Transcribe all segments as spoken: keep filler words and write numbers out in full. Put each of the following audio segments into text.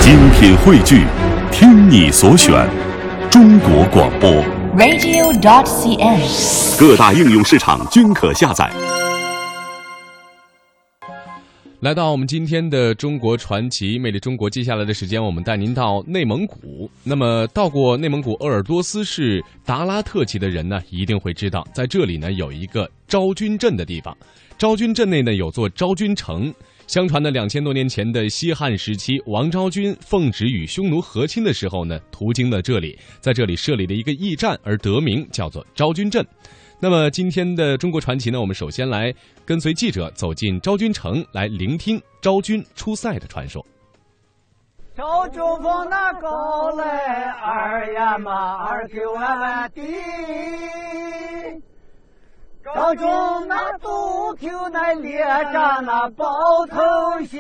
精品汇聚，听你所选，中国广播 radio dot c n， 各大应用市场均可下载。 来到我们今天的中国传奇魅力中国，接下来的时间我们带您到内蒙古。那么到过内蒙古鄂尔多斯市达拉特旗的人呢，一定会知道，在这里呢有一个昭君镇的地方。昭君镇内呢有座昭君城，相传呢两千多年前的西汉时期，王昭君奉旨与匈奴和亲的时候呢，途经了这里，在这里设立了一个驿站，而得名叫做昭君镇。那么今天的中国传奇呢，我们首先来跟随记者走进昭君城，来聆听昭君出塞的传说。 昭君峰那高来二呀嘛二九万地，昭君那杜口那列扎那包头戏，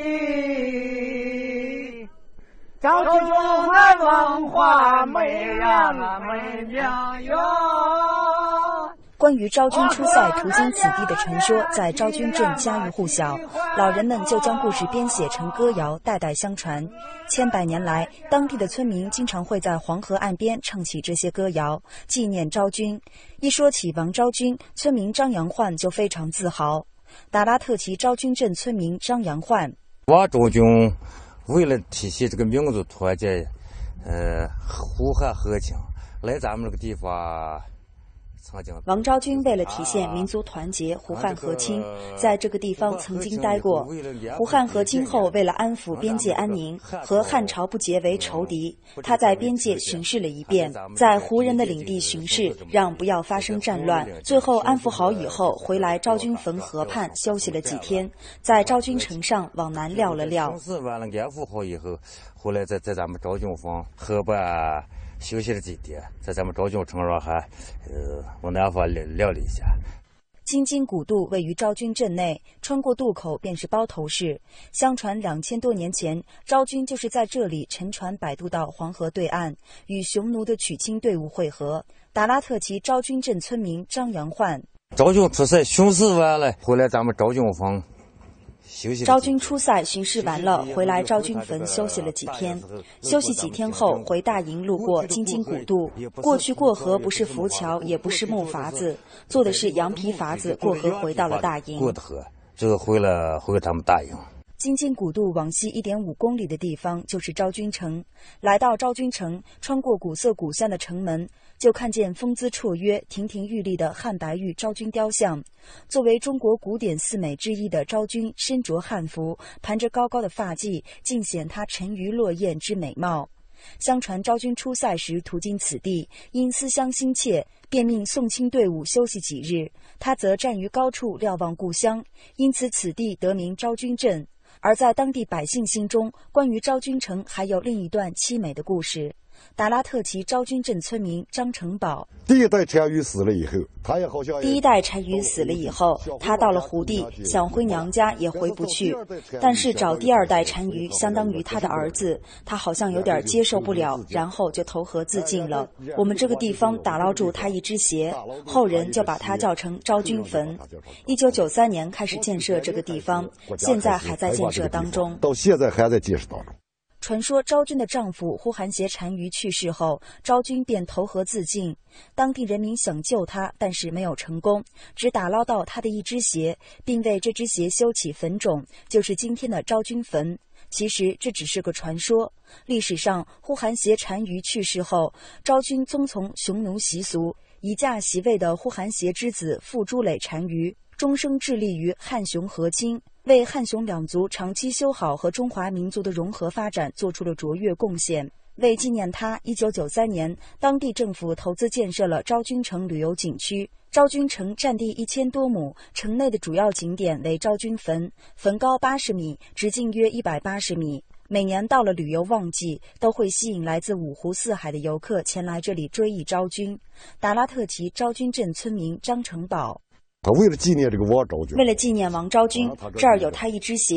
昭君那文化美呀那美名哟。 关于昭君出塞途经此地的传说，在昭君镇家喻户晓，老人们就将故事编写成歌谣，代代相传。千百年来，当地的村民经常会在黄河岸边唱起这些歌谣，纪念昭君。一说起王昭君，村民张杨焕就非常自豪。达拉特旗昭君镇村民张杨焕： 王昭君为了体现这个民族团结，呃，呼喊和亲，来咱们这个地方。 王昭君为了体现民族团结、胡汉和亲，在这个地方曾经待过。胡汉和亲后，为了安抚边界安宁，和汉朝不结为仇敌，他在边界巡视了一遍，在胡人的领地巡视，让不要发生战乱。最后安抚好以后，回来昭君坟河畔休息了几天，在昭君城上往南撂了撂。 完了安抚好以后，后来在在咱们昭君峰河畔休息了几天，在咱们昭君城上还，呃，往南方聊了一下。 京津古渡位于昭君镇内，穿过渡口便是包头市。相传两千多年前，昭君就是在这里乘船摆渡到黄河对岸，与匈奴的娶亲队伍会合。达拉特旗昭君镇村民张杨焕： 昭君出塞巡视完了，回来咱们昭君峰。 昭君出塞巡视完了，回来昭君坟休息了几天。休息几天后，回大营路过京津古渡。过去过河不是浮桥，也不是木筏子，坐的是羊皮筏子过河，回到了大营。 过的河，这个回了回他们大营。 京津古渡往西 一点五公里的地方就是昭君城。来到昭君城，穿过古色古香的城门，就看见风姿绰约、亭亭玉立的汉白玉昭君雕像。作为中国古典四美之一的昭君，身着汉服，盘着高高的发髻，尽显她沉鱼落雁之美貌。相传昭君出塞时途经此地，因思乡心切，便命送亲队伍休息几日，她则站于高处瞭望故乡，因此此地得名昭君镇。而在当地百姓心中，关于昭君城还有另一段凄美的故事。达拉特旗昭君镇村民张成宝： 第一代单于死了以后，他也好像第一代单于死了以后，他到了胡地，想回娘家也回不去。但是找第二代单于，相当于他的儿子，他好像有点接受不了，然后就投河自尽了。我们这个地方打捞住他一只鞋，后人就把它叫成昭君坟。一九九三年开始建设这个地方，现在还在建设当中， 到现在还在建设当中。 传说昭君的丈夫呼韩邪单于去世后，昭君便投河自尽。当地人民想救她，但是没有成功，只打捞到她的一只鞋，并为这只鞋修起坟冢，就是今天的昭君坟。其实这只是个传说。历史上，呼韩邪单于去世后，昭君遵从匈奴习俗，移驾袭位的呼韩邪之子傅朱磊单于，终生致力于汉匈和亲，为汉匈两族长期修好和中华民族的融合发展做出了卓越贡献。为纪念他，一九九三年，当地政府投资建设了昭君城旅游景区。昭君城占地一千多亩，城内的主要景点为昭君坟，坟高八十米，直径约一百八十米。每年到了旅游旺季，都会吸引来自五湖四海的游客前来这里追忆昭君。达拉特旗昭君镇村民张成宝： 他为了纪念这个王昭君， 为了纪念王昭君，这儿有他一只鞋。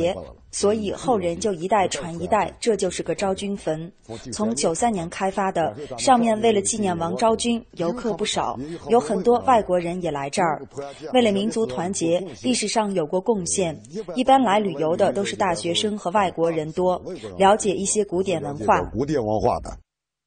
所以后人就一代传一代，这就是个昭君坟。从九三年开发的，上面为了纪念王昭君，游客不少，有很多外国人也来这儿。为了民族团结，历史上有过贡献。一般来旅游的都是大学生和外国人多，了解一些古典文化。 古典文化的。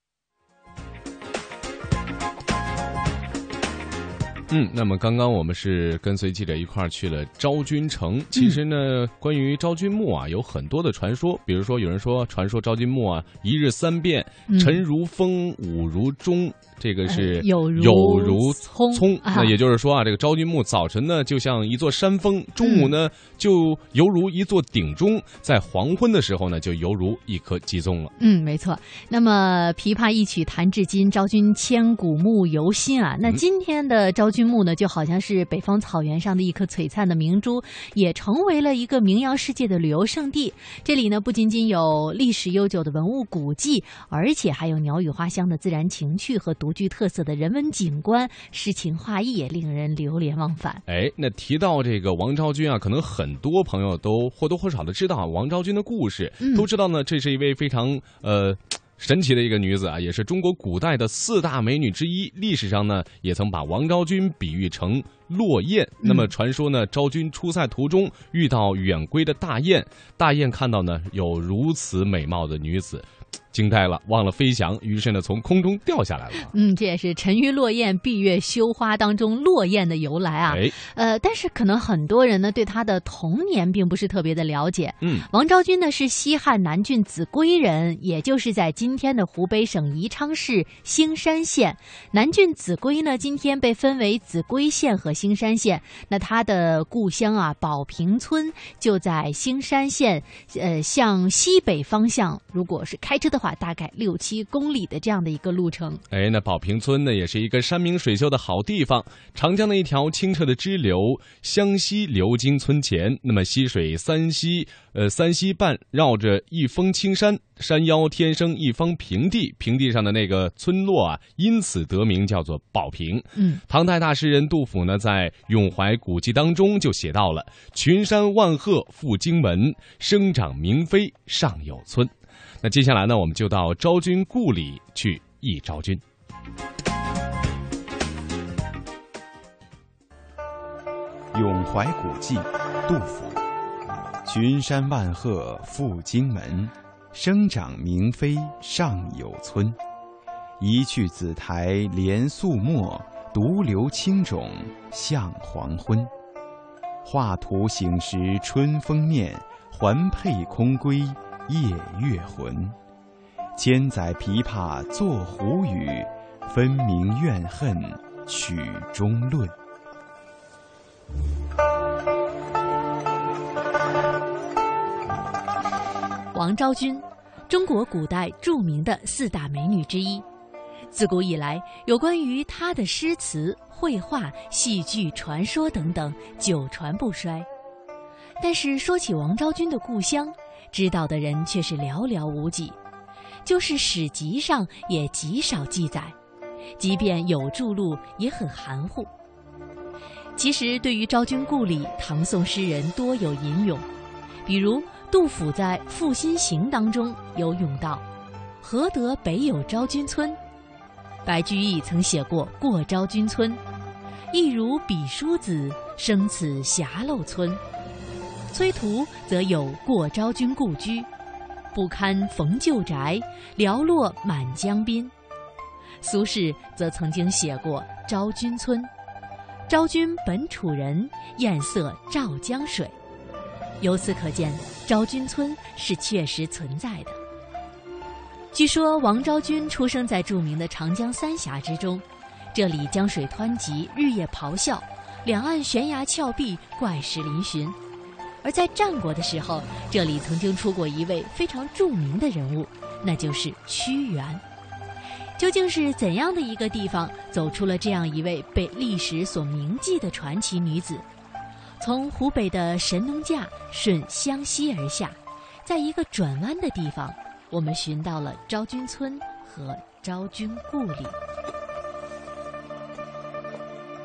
嗯，那么刚刚我们是跟随记者一块儿去了昭君城。其实呢，嗯、关于昭君墓啊，有很多的传说。比如说，有人说，传说昭君墓啊，一日三变， 嗯、 晨如风，午如钟。这个是有如有如葱， 葱啊、 那也就是说啊，这个昭君墓早晨呢就像一座山峰，中午呢、嗯、就犹如一座鼎钟，在黄昏的时候呢就犹如一颗鸡枞了。 嗯，没错。那么琵琶一曲弹至今，昭君千古目犹新啊。那今天的昭君墓呢，就好像是北方草原上的一颗璀璨的明珠，也成为了一个名扬世界的旅游胜地。这里呢不仅仅有历史悠久的文物古迹，而且还有鸟语花香的自然情趣和独具特色的人文景观，诗情画意也令人流连忘返。 哎，那提到这个王昭君啊，可能很多朋友都或多或少的知道王昭君的故事，嗯、都知道呢，这是一位非常呃神奇的一个女子啊，也是中国古代的四大美女之一。历史上呢，也曾把王昭君比喻成落雁。嗯、那么传说呢，昭君出塞途中遇到远归的大雁，大雁看到呢有如此美貌的女子，惊呆了，忘了飞翔，于是呢从空中掉下来了。 嗯，这也是沉鱼落雁、闭月羞花当中落雁的由来啊。 哎， 呃，但是可能很多人呢对她的童年并不是特别的了解。 嗯， 王昭君呢是西汉南郡秭归人，也就是在今天的湖北省宜昌市兴山县。南郡秭归呢，今天被分为秭归县和兴山县。那她的故乡啊，宝平村就在兴山县，呃，向西北方向，如果是开车的话，大概六七公里的这样的一个路程。 哎，那宝平村呢，也是一个山明水秀的好地方。长江的一条清澈的支流湘西流经村前，那么溪水三溪，呃，三溪半绕着一峰青山，山腰天生一方平地，平地上的那个村落啊，因此得名叫做宝平。 嗯， 唐代大诗人杜甫呢，在《咏怀古迹》当中就写到了“群山万壑赴荆门，生长明妃上有村”。那接下来呢，我们就到昭君故里去忆昭君。 咏怀古迹，杜甫。群山万壑赴荆门，生长明妃上有村。一去紫台连素墨，独留青冢向黄昏。画图醒时春风面，环佩空归夜月魂。千载琵琶作胡语，分明怨恨曲中论。 王昭君，中国古代著名的四大美女之一。自古以来，有关于她的诗词、绘画、戏剧、传说等等，久传不衰。但是说起王昭君的故乡，知道的人却是寥寥无几，就是史籍上也极少记载，即便有著录，也很含糊。其实对于昭君故里，唐宋诗人多有吟咏，比如杜甫在《赋新行》当中有咏道：“何得北有昭君村？”白居易曾写过《过昭君村》，亦如彼书子，生此狭陋村。崔涂则有过昭君故居，不堪逢旧宅，寥落满江滨。苏轼则曾经写过《昭君村》，昭君本楚人，艳色照江水。由此可见，昭君村是确实存在的。据说王昭君出生在著名的长江三峡之中，这里江水湍急，日夜咆哮，两岸悬崖峭壁，怪石嶙峋。而在战国的时候，这里曾经出过一位非常著名的人物，那就是屈原。究竟是怎样的一个地方，走出了这样一位被历史所铭记的传奇女子？从湖北的神农架顺湘西而下，在一个转弯的地方，我们寻到了昭君村和昭君故里。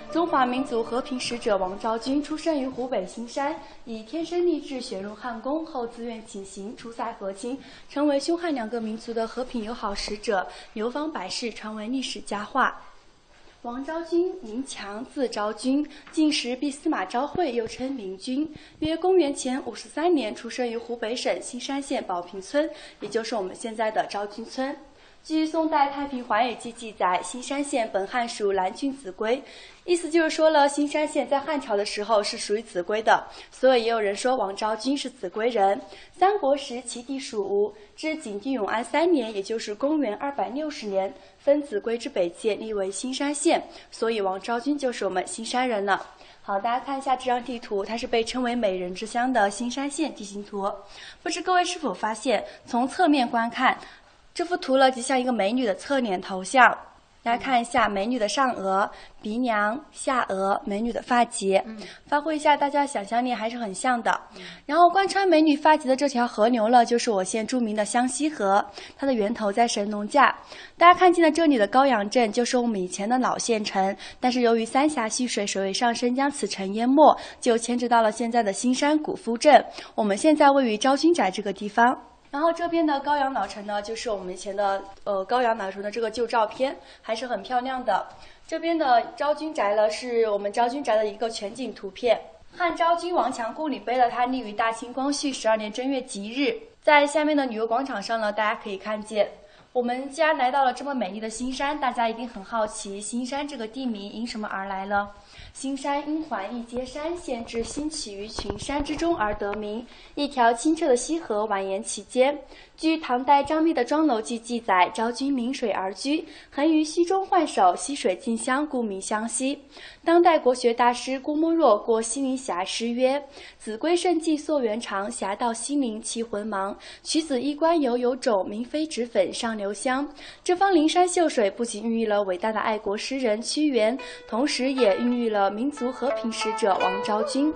中华民族和平使者王昭君出生于湖北新山，以天生丽质选入汉宫，后自愿请行出塞和亲，成为匈汉两个民族的和平友好使者，流芳百世，传为历史佳话。王昭君，名强，字昭君，晋时避司马昭惠，又称明君。约公元前五十三年，出生于湖北省新山县宝平村，也就是我们现在的昭君村。据宋代《太平寰宇记》记载，新山县本汉属蓝郡子规，意思就是说了，新山县在汉朝的时候是属于子规的，所以也有人说王昭君是子规人。三国时其地属吴，至景帝永安三年，也就是公元二百六十年，分子规之北界，立为新山县，所以王昭君就是我们新山人了。好，大家看一下这张地图，它是被称为美人之乡的新山县地形图。不知各位是否发现，从侧面观看，这幅图了极像一个美女的侧脸头像。大家看一下美女的上额、鼻梁、下颚，美女的发节，嗯、发挥一下大家想象力，还是很像的。嗯、然后贯穿美女发节的这条河流呢，就是我县著名的湘西河，它的源头在神农架。大家看见了这里的高阳镇，就是我们以前的老县城，但是由于三峡蓄水水位上升将此城淹没，就迁至到了现在的新山古夫镇。我们现在位于昭君宅这个地方。然后这边的高阳老城呢，就是我们以前的呃高阳老城的这个旧照片，还是很漂亮的。这边的昭君宅呢，是我们昭君宅的一个全景图片。汉昭君王强故里碑呢，它立于大清光绪十二年正月吉日，在下面的旅游广场上呢，大家可以看见。我们既然来到了这么美丽的新山，大家一定很好奇，新山这个地名因什么而来呢？新山因环一阶山，县治兴起于群山之中而得名。一条清澈的溪河蜿蜒其间。据唐代张密的《庄楼记》记载，昭君临水而居，横于溪中浣手，溪水静香，故名湘溪。当代国学大师郭沫若过西陵峡诗曰：“子规盛季溯源长，峡到西陵其魂茫。取子衣冠犹有种，明妃脂粉上留香。”这方灵山秀水不仅孕育了伟大的爱国诗人屈原，同时也孕育了民族和平使者王昭君。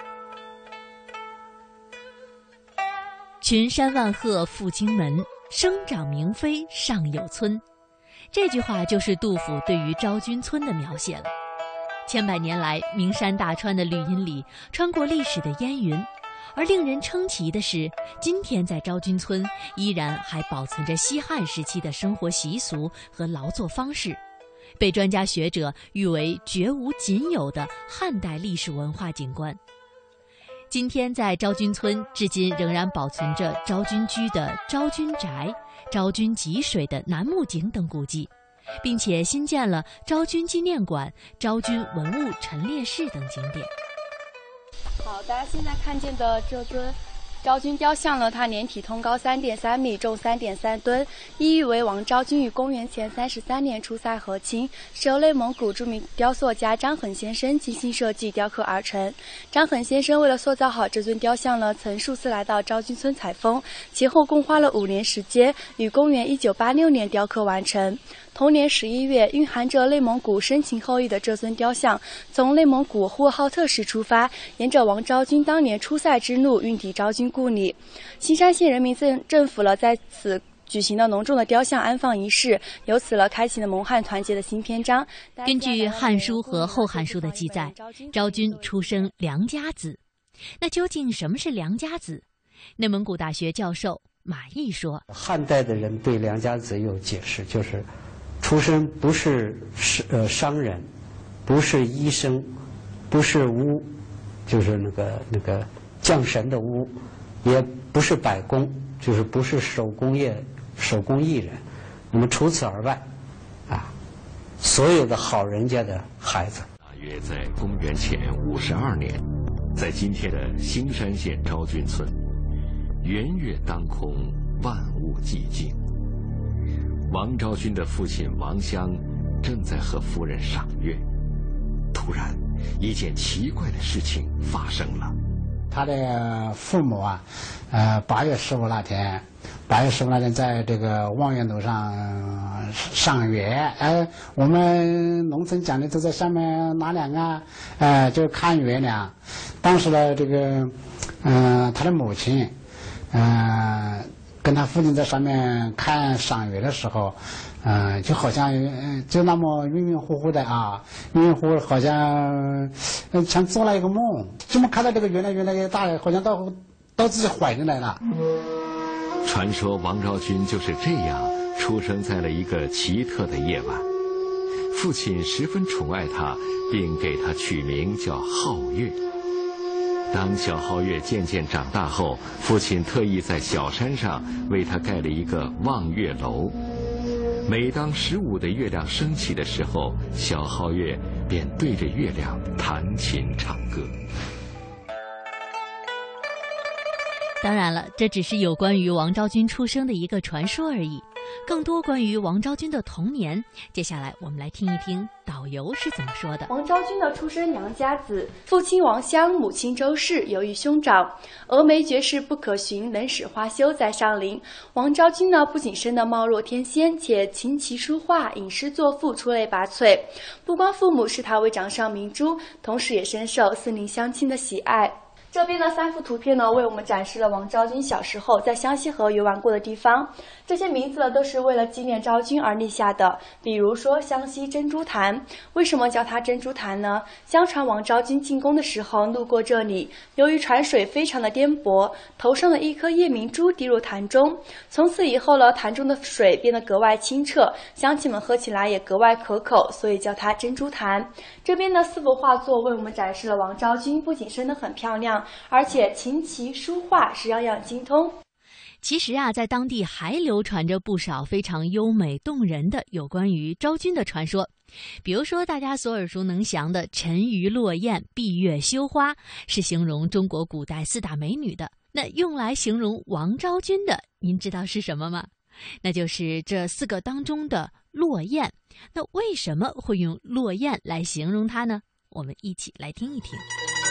群山万壑赴荆门，生长明妃上有村。这句话就是杜甫对于昭君村的描写了。千百年来，名山大川的绿荫里穿过历史的烟云，而令人称奇的是，今天在昭君村依然还保存着西汉时期的生活习俗和劳作方式，被专家学者誉为绝无仅有的汉代历史文化景观。今天在昭君村，至今仍然保存着昭君居的昭君宅、昭君汲水的楠木井等古迹，并且新建了昭君纪念馆、昭君文物陈列室等景点。 好，大家现在看见的这尊昭君雕像呢，它连体通高三点三米，重三点三吨，意喻为王昭君于公元前三十三年出塞和亲，是由内蒙古著名雕塑家张衡先生精心设计雕刻而成。张衡先生为了塑造好这尊雕像呢，曾数次来到昭君村采风，前后共花了五年时间，于公元一九八六年雕刻完成。同年十一月，蕴含着内蒙古深情厚谊的这尊雕像，从内蒙古呼和浩特市出发，沿着王昭君当年出塞之路运抵昭君故里。新山县人民政政府了在此举行了隆重的雕像安放仪式，由此了开启了蒙汉团结的新篇章。 根据《汉书》和《后汉书》的记载，昭君出生良家子。那究竟什么是良家子？内蒙古大学教授马毅说：“ 汉代的人对良家子有解释，就是出身不是呃商人，不是医生，不是巫，就是那个那个降神的巫，也不是百工，就是不是手工业手工艺人。那么除此而外，啊，所有的好人家的孩子。” 大约在公元前五十二年，在今天的兴山县昭君村，圆月当空，万物寂静。王昭君的父亲王襄正在和夫人赏月，突然一件奇怪的事情发生了。 他的父母啊，呃，八月十五那天，八月十五那天在这个望月楼上、呃、赏月。呃，我们农村讲的都在上面拿两个，呃，就看月亮。当时呢，这个，嗯、呃，他的母亲，嗯、呃。 跟他父亲在上面看赏月的时候，嗯、呃，就好像、呃、就那么晕晕乎乎的啊，晕晕乎乎，好像、呃、像做了一个梦。怎么看到这个原来原来大好像到到自己怀里来了。 传说王昭君就是这样出生在了一个奇特的夜晚，父亲十分宠爱他，并给他取名叫皓月。当小皓月渐渐长大后，父亲特意在小山上为他盖了一个望月楼。每当十五的月亮升起的时候，小皓月便对着月亮弹琴唱歌。 当然了，这只是有关于王昭君出生的一个传说而已。更多关于王昭君的童年，接下来我们来听一听导游是怎么说的。 王昭君的出身良家子，父亲王襄，母亲周氏，由于兄长峨眉绝世不可寻，能使花羞在上林。王昭君呢，不仅生得貌若天仙，且琴棋书画、吟诗作赋出类拔萃。不光父母视她为掌上明珠，同时也深受四邻乡亲的喜爱。这边的三幅图片呢，为我们展示了王昭君小时候在湘西河游玩过的地方。这些名字呢，都是为了纪念昭君而立下的。比如说湘西珍珠潭，为什么叫它珍珠潭呢？相传王昭君进宫的时候路过这里，由于船水非常的颠簸，头上的一颗夜明珠滴入潭中。从此以后呢，潭中的水变得格外清澈，乡亲们喝起来也格外可口，所以叫它珍珠潭。这边的四幅画作为我们展示了王昭君不仅生得很漂亮，而且琴棋书画是样样精通。 其实啊，在当地还流传着不少非常优美动人的有关于昭君的传说。比如说大家所耳熟能详的沉鱼落雁、闭月羞花，是形容中国古代四大美女的。那用来形容王昭君的，您知道是什么吗？那就是这四个当中的落雁。那为什么会用落雁来形容它呢？我们一起来听一听。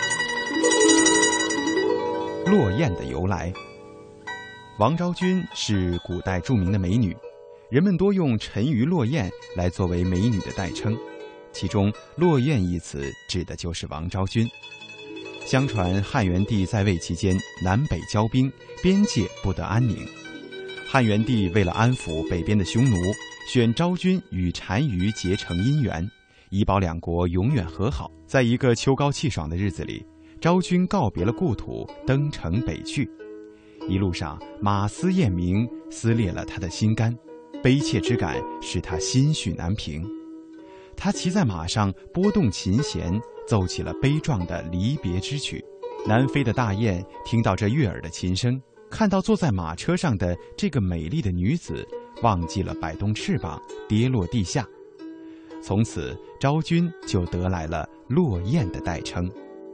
落雁的由来。王昭君是古代著名的美女，人们多用沉鱼落雁来作为美女的代称，其中落雁一词指的就是王昭君。相传汉元帝在位期间，南北交兵，边界不得安宁。汉元帝为了安抚北边的匈奴，选昭君与单于结成姻缘，以保两国永远和好。在一个秋高气爽的日子里，昭君告别了故土，登城北去。一路上马嘶雁鸣，撕裂了他的心肝，悲切之感使他心绪难平。他骑在马上，拨动琴弦，奏起了悲壮的离别之曲。南飞的大雁听到这悦耳的琴声，看到坐在马车上的这个美丽的女子，忘记了摆动翅膀，跌落地下。从此昭君就得来了落雁的代称。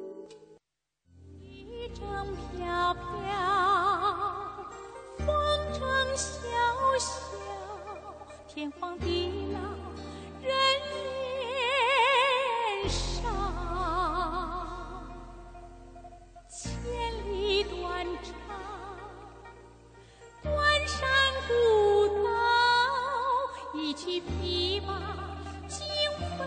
天荒地老人烟少，千里断肠，关山古道，一曲琵琶惊飞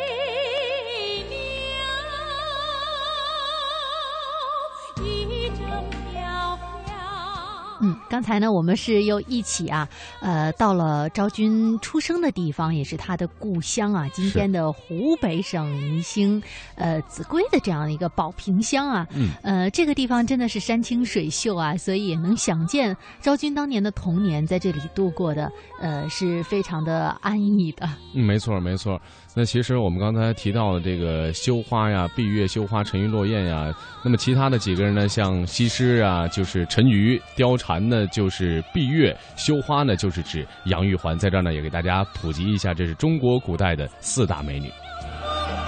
鸟，一阵飘飘。 嗯，刚才呢，我们是又一起啊，呃，到了昭君出生的地方，也是她的故乡啊，今天的湖北省宜兴，呃，秭归的这样的一个保平乡啊，嗯，呃，这个地方真的是山清水秀啊，所以也能想见昭君当年的童年在这里度过的，呃，是非常的安逸的。 嗯，没错没错。那其实我们刚才提到的这个羞花呀、闭月羞花、沉鱼落雁呀，那么其他的几个人呢，像西施啊，就是沉鱼；貂蝉呢，就是闭月；羞花呢，就是指杨玉环。在这儿呢，也给大家普及一下，这是中国古代的四大美女。